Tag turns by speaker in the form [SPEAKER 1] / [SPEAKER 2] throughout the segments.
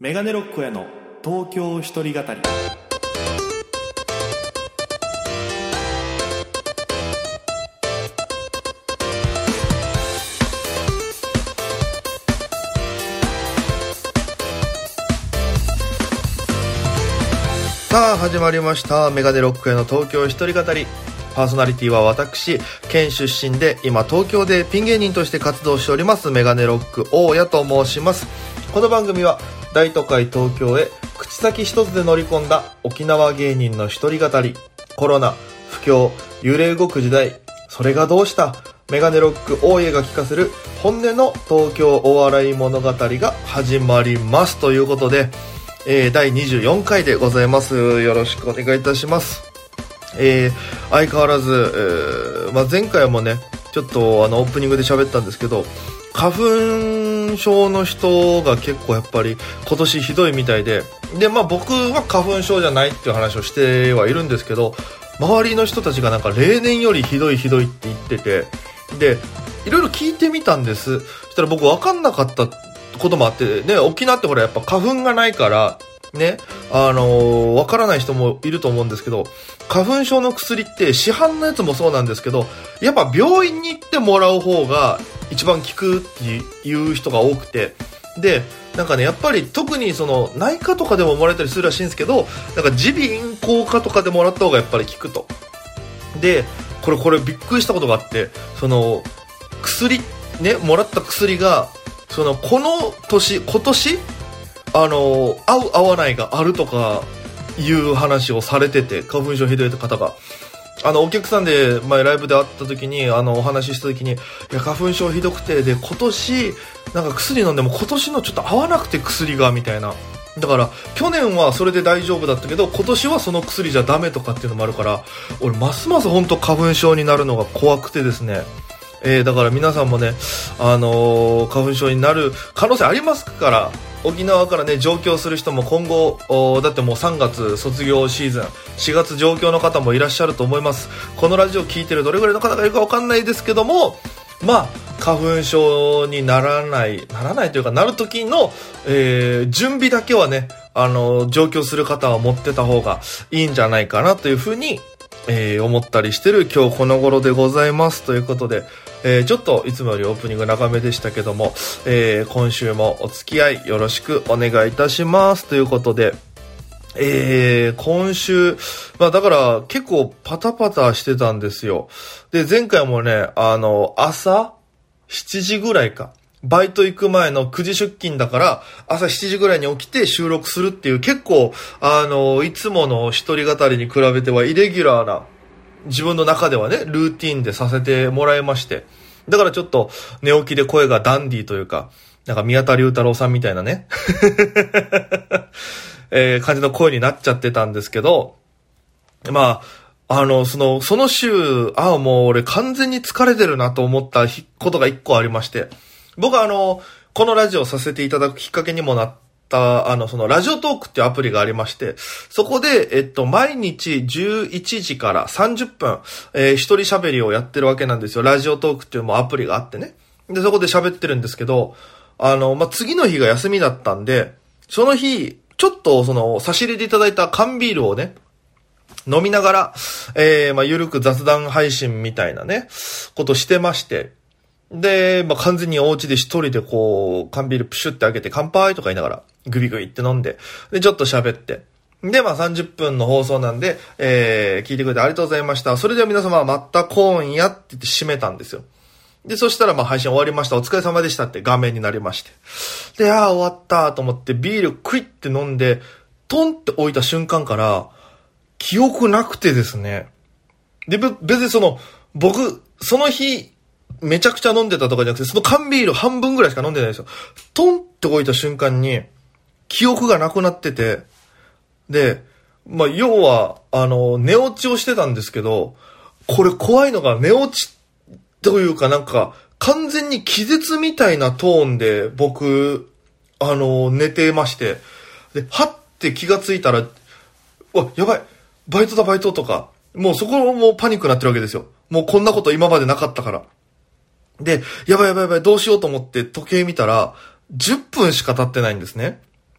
[SPEAKER 1] メガネロックへの東京一人語り。
[SPEAKER 2] さあ始まりました。メガネロックへの東京一人語り。パーソナリティは私、県出身で今東京でピン芸人として活動しておりますメガネロック大谷と申します。この番組は大都会東京へ口先一つで乗り込んだ沖縄芸人の一人語り。コロナ、不況、幽霊動く時代、それがどうした、メガネロック大谷が聞かせる本音の東京お笑い物語が始まりますということで、第24回でございます。よろしくお願いいたします。相変わらず、前回もねちょっとオープニングで喋ったんですけど、花粉症の人が結構やっぱり今年ひどいみたいで、僕は花粉症じゃないっていう話をしてはいるんですけど、周りの人たちがなんか例年よりひどいって言ってて、でいろいろ聞いてみたんです。そしたら僕分かんなかったこともあってね、沖縄ってほらやっぱ花粉がないからね、わからない人もいると思うんですけど、花粉症の薬って市販のやつもそうなんですけど、やっぱ病院に行ってもらう方が一番効くっていう人が多くて、でなんかねやっぱり特にその内科とかでももらえたりするらしいんですけど、なんか耳鼻咽喉科とかでもらった方がやっぱり効くと。でこれびっくりしたことがあって、その薬ね、もらった薬がその今年合う合わないがあるとかいう話をされてて、花粉症ひどい方がお客さんで前ライブで会った時にお話しした時に、いや花粉症ひどくて、で今年なんか薬飲んでも今年のちょっと合わなくて薬がみたいな、だから去年はそれで大丈夫だったけど今年はその薬じゃダメとかっていうのもあるから、俺ますます本当花粉症になるのが怖くてですね、だから皆さんもね花粉症になる可能性ありますから、沖縄からね上京する人も今後だってもう3月卒業シーズン、4月上京の方もいらっしゃると思います。このラジオ聞いてるどれぐらいの方がいるか分かんないですけども、花粉症にならないというかなる時の、準備だけはね上京する方は持ってた方がいいんじゃないかなというふうに思ったりしてる今日この頃でございますということで、ちょっといつもよりオープニング長めでしたけども、今週もお付き合いよろしくお願いいたしますということで、今週だから結構パタパタしてたんですよ。で前回もね朝7時ぐらいか、バイト行く前の9時出勤だから朝7時ぐらいに起きて収録するっていう、結構いつもの一人語りに比べてはイレギュラーな、自分の中ではねルーティンでさせてもらいまして、だからちょっと寝起きで声がダンディーというか、なんか宮田龍太郎さんみたいなね感じの声になっちゃってたんですけど、その週もう俺完全に疲れてるなと思ったことが一個ありまして、僕このラジオさせていただくきっかけにもなったそのラジオトークっていうアプリがありまして、そこで毎日11時から30分、一人喋りをやってるわけなんですよ。ラジオトークっていうもうアプリがあってね。でそこで喋ってるんですけど、次の日が休みだったんで、その日ちょっとその差し入れでいただいた缶ビールをね飲みながら、ゆるく雑談配信みたいなねことしてまして、で、完全にお家で一人でこう缶ビールプシュって開けて乾杯とか言いながらグビグビって飲んで、でちょっと喋って、で30分の放送なんで、聞いてくれてありがとうございました。それでは皆様また今夜って言って締めたんですよ。でそしたら配信終わりました、お疲れ様でしたって画面になりまして、で終わったと思ってビールクイッて飲んでトンって置いた瞬間から記憶なくてですね。で別に僕その日めちゃくちゃ飲んでたとかじゃなくて、その缶ビール半分ぐらいしか飲んでないんですよ。トンって置いた瞬間に記憶がなくなってて、で要は寝落ちをしてたんですけど、これ怖いのが寝落ちというかなんか完全に気絶みたいなトーンで僕寝てまして、ではって気がついたら、うわやばいバイトとか、もうそこもパニックになってるわけですよ。もうこんなこと今までなかったから。でやばいどうしようと思って時計見たら10分しか経ってないんですね。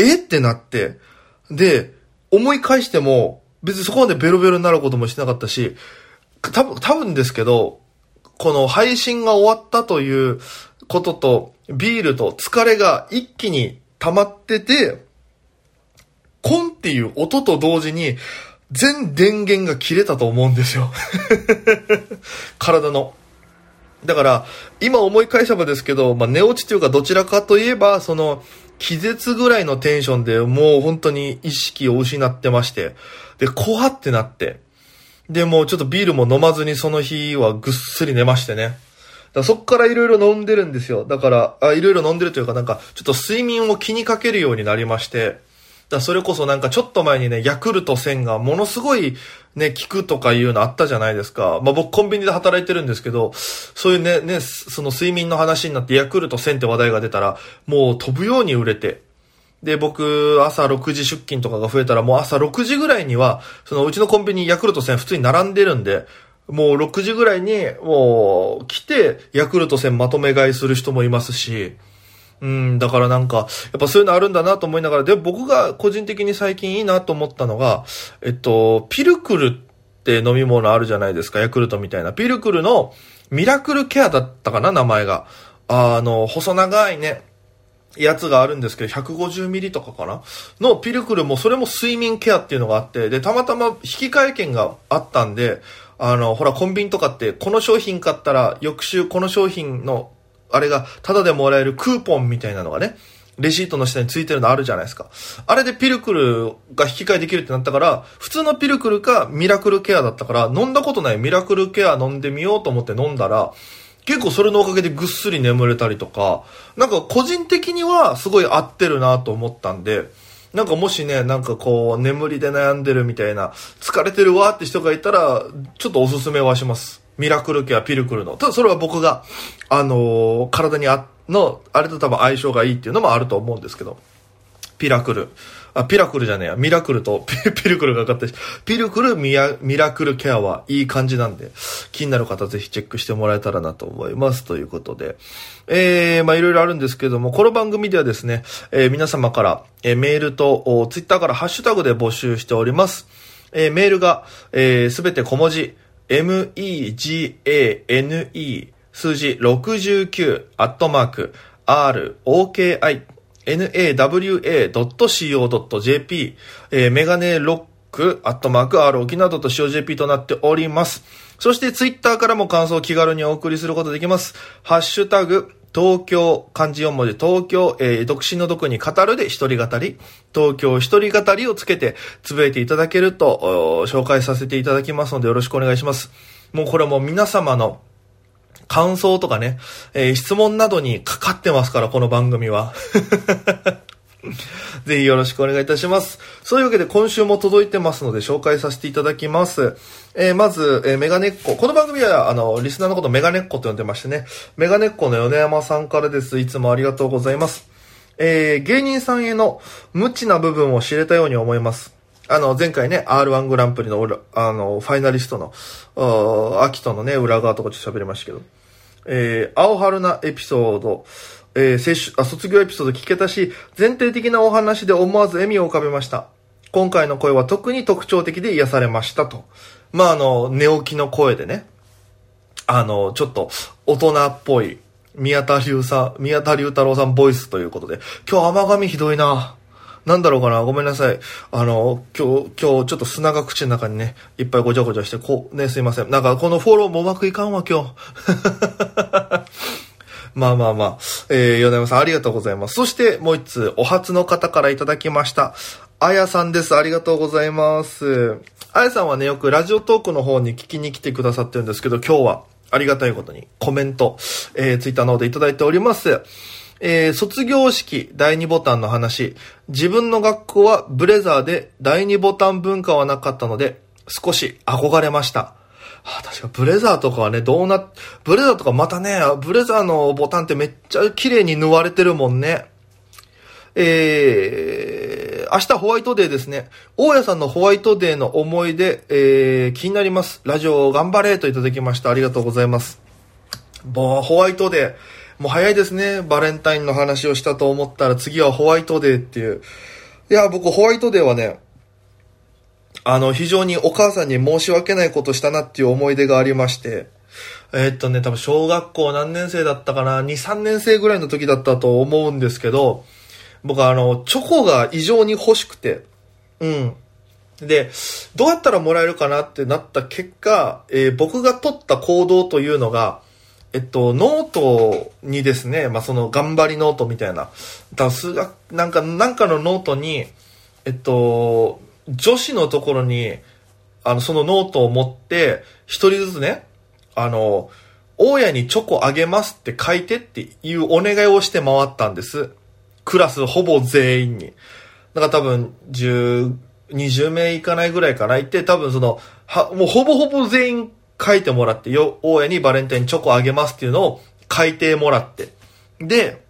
[SPEAKER 2] ってなって、で、思い返しても、別にそこまでベロベロになることもしなかったし、多分ですけど、この配信が終わったということと、ビールと疲れが一気に溜まってて、コンっていう音と同時に、全電源が切れたと思うんですよ。体の。だから、今思い返せばですけど、寝落ちというかどちらかといえば、気絶ぐらいのテンションでもう本当に意識を失ってまして、で、怖ってなって、で、もうちょっとビールも飲まずにその日はぐっすり寝ましてね。だからそっからいろいろ飲んでるんですよ。だから、いろいろ飲んでるというかちょっと睡眠を気にかけるようになりまして、それこそちょっと前にね、ヤクルト1000がものすごいね、効くとかいうのあったじゃないですか。僕コンビニで働いてるんですけど、そういうね、その睡眠の話になってヤクルト1000って話題が出たら、もう飛ぶように売れて。で、僕、朝6時出勤とかが増えたら、もう朝6時ぐらいには、うちのコンビニヤクルト1000普通に並んでるんで、もう6時ぐらいにもう来て、ヤクルト1000まとめ買いする人もいますし、だからやっぱそういうのあるんだなと思いながら、で、僕が個人的に最近いいなと思ったのが、ピルクルって飲み物あるじゃないですか、ヤクルトみたいな。ピルクルのミラクルケアだったかな、名前が。細長いね、やつがあるんですけど、150ミリとかかなのピルクルも、それも睡眠ケアっていうのがあって、で、たまたま引き換え券があったんで、ほら、コンビニとかって、この商品買ったら、翌週この商品のあれが、タダでもらえるクーポンみたいなのがね、レシートの下についてるのあるじゃないですか。あれでピルクルが引き換えできるってなったから、普通のピルクルかミラクルケアだったから、飲んだことないミラクルケア飲んでみようと思って飲んだら、結構それのおかげでぐっすり眠れたりとか、個人的にはすごい合ってるなと思ったんで、もしね、眠りで悩んでるみたいな、疲れてるわって人がいたら、ちょっとおすすめはします。ミラクルケア、ピルクルの。ただそれは僕が、体にあれと多分相性がいいっていうのもあると思うんですけど。ピラクルじゃねえや。ミラクルとピルクルがかかったし、ピルクル、ミラクルケアはいい感じなんで、気になる方ぜひチェックしてもらえたらなと思います。ということで。いろいろあるんですけども、この番組ではですね、皆様から、メールと、ツイッターからハッシュタグで募集しております。メールが、すべて小文字、megane 数字69ROKINAWA.co.jp メガネロックR 沖縄 .co.jp となっております。そしてツイッターからも感想を気軽にお送りすることできます。ハッシュタグ東京漢字4文字東京、独身の毒に語るで一人語り東京一人語りをつけてつぶやいていただけると紹介させていただきますのでよろしくお願いします。もうこれも皆様の感想とかね、質問などにかかってますから、この番組は。ぜひよろしくお願いいたします。そういうわけで今週も届いてますので紹介させていただきます。まず、メガネっ子。この番組は、リスナーのことメガネっ子と呼んでましてね。メガネっ子の米山さんからです。いつもありがとうございます。芸人さんへの無知な部分を知れたように思います。前回ね、R1 グランプリのファイナリストの、アキトのね、裏側とかちょっと喋りましたけど、青春なエピソード、卒業エピソード聞けたし、全体的なお話で思わず笑みを浮かべました。今回の声は特に特徴的で癒されましたと。寝起きの声でね、ちょっと大人っぽい、宮田龍太郎さんボイスということで、今日甘噛みひどいな。なんだろうかな、ごめんなさい。今日ちょっと砂が口の中にね、いっぱいごちゃごちゃして、すいません。このフォローもうまくいかんわ、今日。米山さんありがとうございます。そしてもう一つ、お初の方からいただきました。あやさんです。ありがとうございます。あやさんはね、よくラジオトークの方に聞きに来てくださってるんですけど、今日はありがたいことにコメント、ツイッターの方でいただいております。卒業式第2ボタンの話。自分の学校はブレザーで第2ボタン文化はなかったので、少し憧れました。確かブレザーとかはね、ブレザーとかまたね、ブレザーのボタンってめっちゃ綺麗に縫われてるもんね。明日ホワイトデーですね。大家さんのホワイトデーの思い出、気になります。ラジオ頑張れといただきました。ありがとうございます。ホワイトデー。 もう早いですね。バレンタインの話をしたと思ったら次はホワイトデーっていう。いや、僕ホワイトデーはね、非常にお母さんに申し訳ないことしたなっていう思い出がありまして、多分小学校何年生だったかな、2、3年生ぐらいの時だったと思うんですけど、僕チョコが異常に欲しくて、で、どうやったらもらえるかなってなった結果、僕が取った行動というのが、ノートにですね、その頑張りノートみたいな、数学、なんかのノートに、女子のところに、そのノートを持って、一人ずつね、大家にチョコあげますって書いてっていうお願いをして回ったんです。クラスほぼ全員に。だから多分、20名いかないぐらいかな。いて、多分もうほぼほぼ全員書いてもらって、大家にバレンタインチョコあげますっていうのを書いてもらって。で、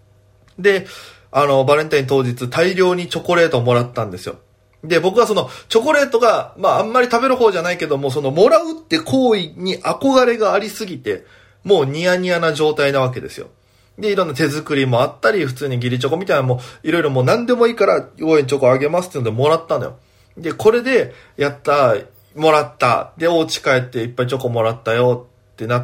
[SPEAKER 2] バレンタイン当日大量にチョコレートをもらったんですよ。で、僕はそのチョコレートが、あんまり食べる方じゃないけども、もらうって行為に憧れがありすぎて、もうニヤニヤな状態なわけですよ。で、いろんな手作りもあったり、普通に義理チョコみたいなのも、いろいろもう何でもいいから、応援チョコあげますっていうのでもらったのよ。で、これで、もらった。で、お家帰っていっぱいチョコもらったよってなって、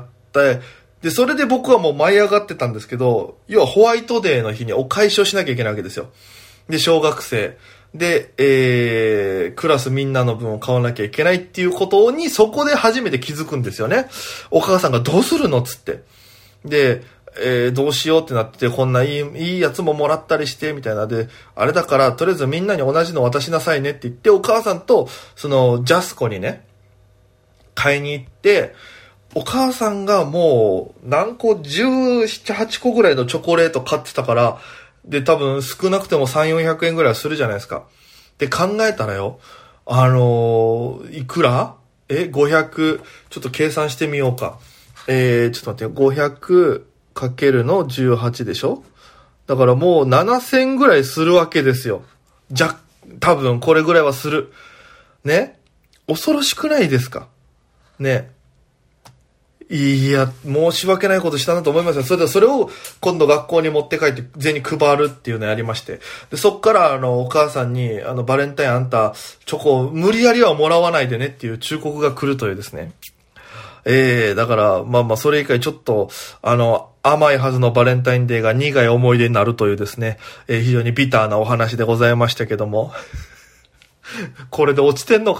[SPEAKER 2] で、それで僕はもう舞い上がってたんですけど、要はホワイトデーの日にお返しをしなきゃいけないわけですよ。で、小学生。で、クラスみんなの分を買わなきゃいけないっていうことに、そこで初めて気づくんですよね。お母さんがどうするのつって。で、どうしようってなって、こんないいやつももらったりして、みたいなで、あれだから、とりあえずみんなに同じの渡しなさいねって言って、お母さんと、ジャスコにね、買いに行って、お母さんがもう、何個、17、8個ぐらいのチョコレート買ってたから、で、多分少なくても3、400円ぐらいはするじゃないですか。で、考えたらよ、いくら？500、ちょっと計算してみようか。ちょっと待ってよ、500かけるの18でしょ？だからもう7000ぐらいするわけですよ。多分これぐらいはする。ね？恐ろしくないですか？ね。いや、申し訳ないことしたなと思いますよ。それを今度学校に持って帰って全員配るっていうのをやりまして。で、そっからお母さんに、バレンタインあんた、チョコ無理やりはもらわないでねっていう忠告が来るというですね。だから、それ以外ちょっと、甘いはずのバレンタインデーが苦い思い出になるというですね、非常にビターなお話でございましたけども。これで落ちてんのか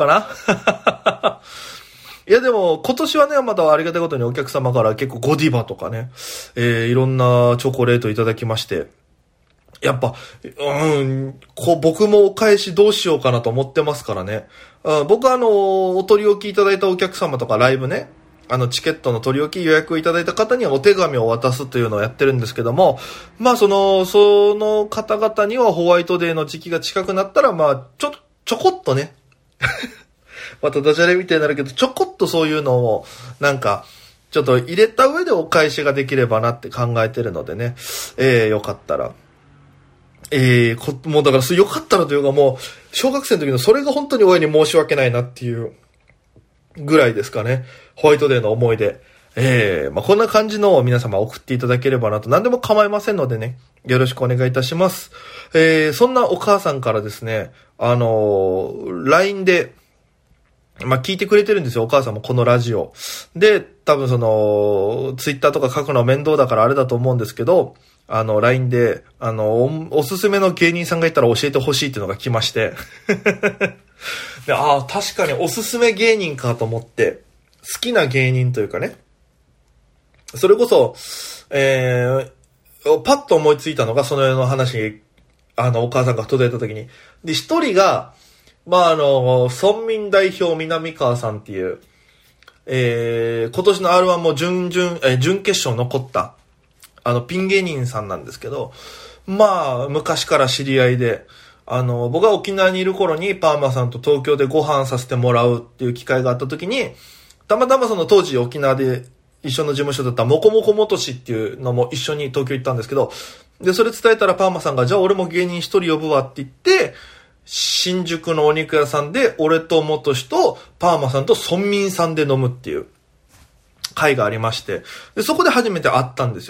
[SPEAKER 2] ないやでも今年はね、まだありがたいことにお客様から結構ゴディバとかね、いろんなチョコレートいただきまして、やっぱ、僕もお返しどうしようかなと思ってますからね。僕はお取り置きいただいたお客様とかライブね、チケットの取り置き予約をいただいた方にはお手紙を渡すというのをやってるんですけども、その方々にはホワイトデーの時期が近くなったら、ちょこっとね、またダジャレみたいになるけど、ちょこっとそういうのを、ちょっと入れた上でお返しができればなって考えてるのでね、よかったら。もうだからよかったらというかもう、小学生の時のそれが本当に親に申し訳ないなっていうぐらいですかね。ホワイトデーの思い出。こんな感じのを皆様送っていただければなと、何でも構いませんのでね、よろしくお願いいたします。そんなお母さんからですね、LINE で、聞いてくれてるんですよ、お母さんもこのラジオ。で、多分ツイッターとか書くの面倒だからあれだと思うんですけど、LINE で、おすすめの芸人さんがいたら教えてほしいっていうのが来まして。で、確かにおすすめ芸人かと思って、好きな芸人というかね、それこそ、パッと思いついたのがその世の話、お母さんが届いた時に。で、一人が、村民代表南川さんっていう、今年の R1 も準決勝残った、ピン芸人さんなんですけど、昔から知り合いで、僕が沖縄にいる頃にパーマさんと東京でご飯させてもらうっていう機会があった時に、たまたま当時沖縄で一緒の事務所だったもこもこもとしっていうのも一緒に東京行ったんですけど、で、それ伝えたらパーマさんが、じゃあ俺も芸人一人呼ぶわって言って、新宿のお肉屋さんで俺と元氏とパーマさんと村民さんで飲むっていう会がありまして、でそこで初めて会ったんですよ。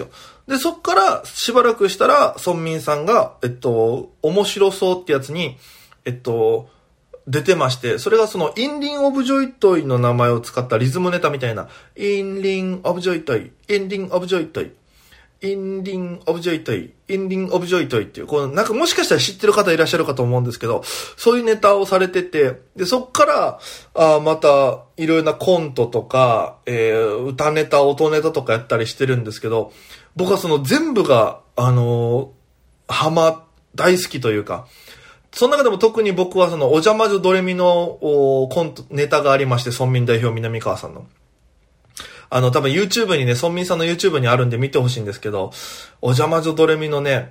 [SPEAKER 2] で、そっからしばらくしたら、村民さんが、面白そうってやつに、出てまして、それがその、インリン・オブ・ジョイトイの名前を使ったリズムネタみたいな、インリン・オブ・ジョイトイ、インリン・オブ・ジョイトイ、インリン・オブ・ジョイトイ、インリン・オブ・ジョイトイっていう、このなんかもしかしたら知ってる方いらっしゃるかと思うんですけど、そういうネタをされてて、で、そっから、また、いろいろなコントとか、歌ネタ、音ネタとかやったりしてるんですけど、僕はその全部が、大好きというか、その中でも特に僕はその、お邪魔女ドレミのコント、ネタがありまして、村民代表南川さんの。多分 YouTube にね、村民さんの YouTube にあるんで見てほしいんですけど、お邪魔女ドレミのね、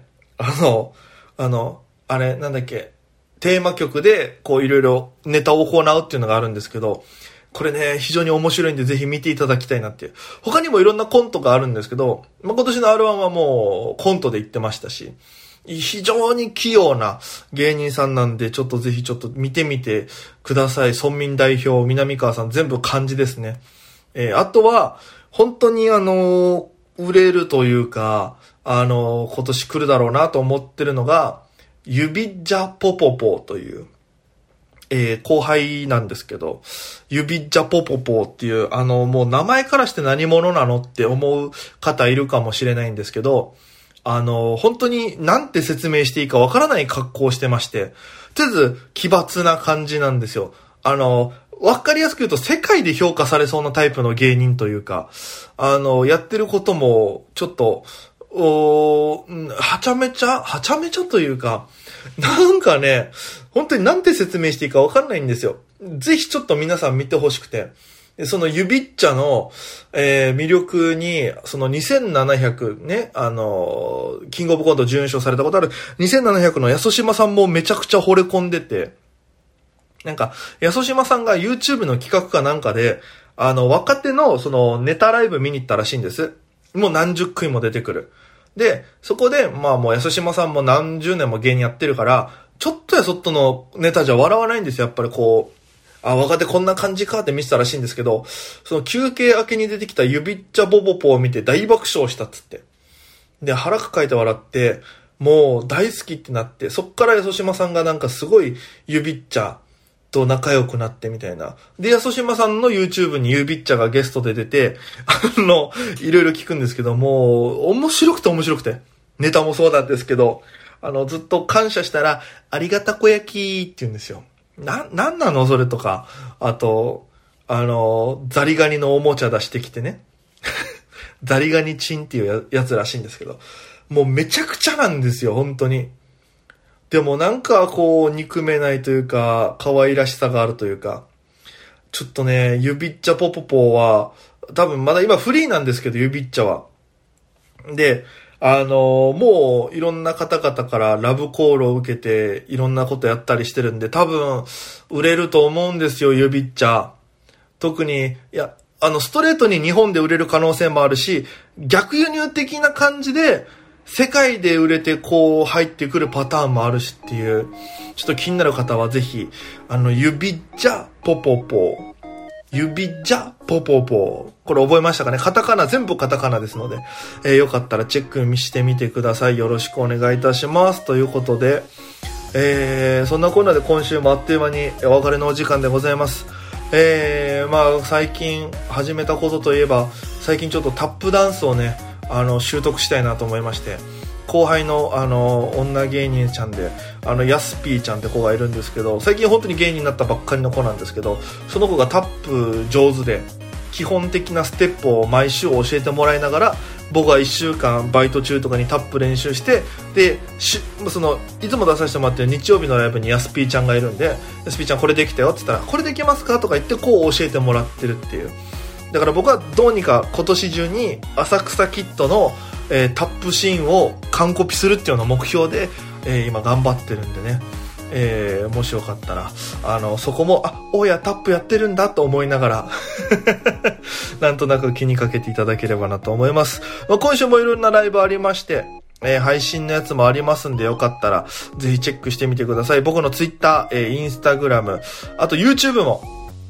[SPEAKER 2] あれ、なんだっけ、テーマ曲で、こういろいろネタを行うっていうのがあるんですけど、これね、非常に面白いんでぜひ見ていただきたいなっていう。他にもいろんなコントがあるんですけど、今年の R1 はもうコントで言ってましたし、非常に器用な芸人さんなんで、ちょっとぜひちょっと見てみてください。村民代表、南川さん、全部漢字ですね。あとは、本当に売れるというか、今年来るだろうなと思ってるのが、ユビジャポポポという、後輩なんですけど、ユビジャポポポっていう、もう名前からして何者なのって思う方いるかもしれないんですけど、本当になんて説明していいかわからない格好をしてまして、とりあえず奇抜な感じなんですよ。わかりやすく言うと世界で評価されそうなタイプの芸人というか、やってることもちょっと、はちゃめちゃというか、なんかね、本当になんて説明していいかわかんないんですよ。ぜひちょっと皆さん見てほしくて。そのユビッチャの、魅力に、その2700ね、キングオブコント準優勝されたことある2700の安島さんもめちゃくちゃ惚れ込んでて、なんか、安島さんが YouTube の企画かなんかで、若手のそのネタライブ見に行ったらしいんです。もう何十組も出てくる。で、そこで、まあもう安島さんも何十年も芸人やってるから、ちょっとやそっとのネタじゃ笑わないんですよ。やっぱりこう、若手こんな感じかって見てたらしいんですけど、その休憩明けに出てきたユビッチャボボポを見て大爆笑したっつって。で、腹抱えて笑って、もう大好きってなって、そっから安島さんがなんかすごいユビッチャと仲良くなってみたいな。で、安島さんの YouTube にユビッチャがゲストで出て、いろいろ聞くんですけど、もう面白くて、ネタもそうなんですけど、ずっと感謝したら、ありがたこ焼きって言うんですよ。なんなのそれとか。あと、ザリガニのおもちゃ出してきてね。ザリガニチンっていうやつらしいんですけど。もうめちゃくちゃなんですよ、本当に。でもなんかこう、憎めないというか、可愛らしさがあるというか。ちょっとね、ユビッチャポポポは、多分まだ今フリーなんですけど、ユビッチャは。で、もういろんな方々からラブコールを受けていろんなことやったりしてるんで多分売れると思うんですよ、ユビッチャ。特に、いや、ストレートに日本で売れる可能性もあるし、逆輸入的な感じで世界で売れてこう入ってくるパターンもあるしっていう、ちょっと気になる方はぜひ、ユビッチャポポポ。ユビジャポポポ。これ覚えましたかね。カタカナ、全部カタカナですので、よかったらチェックしてみてください。よろしくお願いいたします。ということで、そんなこんなで今週もあっという間にお別れのお時間でございます。まあ最近始めたことといえば、最近ちょっとタップダンスをね、習得したいなと思いまして、後輩の女芸人ちゃんでヤスピーちゃんって子がいるんですけど、最近本当に芸人になったばっかりの子なんですけど、その子がタップ上手で基本的なステップを毎週教えてもらいながら、僕は1週間バイト中とかにタップ練習して、でいつも出させてもらってる日曜日のライブにヤスピーちゃんがいるんで、ヤスピーちゃんこれできたよって言ったら、これできますかとか言ってこう教えてもらってるっていう。だから僕はどうにか今年中に浅草キッドのタップシーンを完コピするっていうような目標で、今頑張ってるんでね、もしよかったらそこも大家タップやってるんだと思いながらなんとなく気にかけていただければなと思います。今週もいろんなライブありまして、配信のやつもありますんで、よかったらぜひチェックしてみてください。僕の Twitter、Instagram、あと YouTube も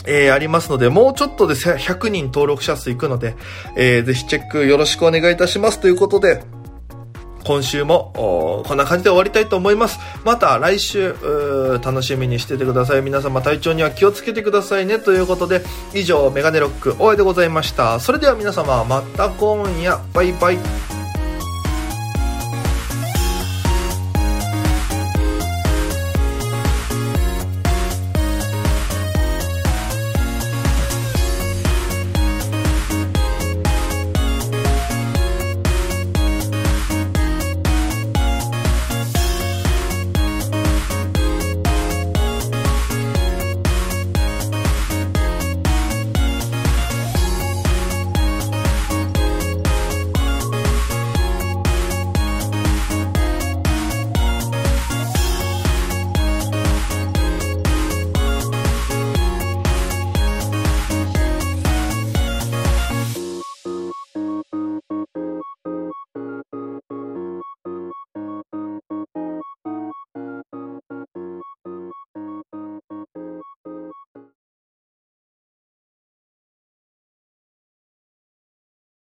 [SPEAKER 2] ありますので、もうちょっとで100人登録者数いくので、ぜひチェックよろしくお願いいたしますということで、今週もこんな感じで終わりたいと思います。また来週楽しみにしててください。皆様体調には気をつけてくださいねということで、以上メガネロック大江でございました。それでは皆様また今夜、バイバイ。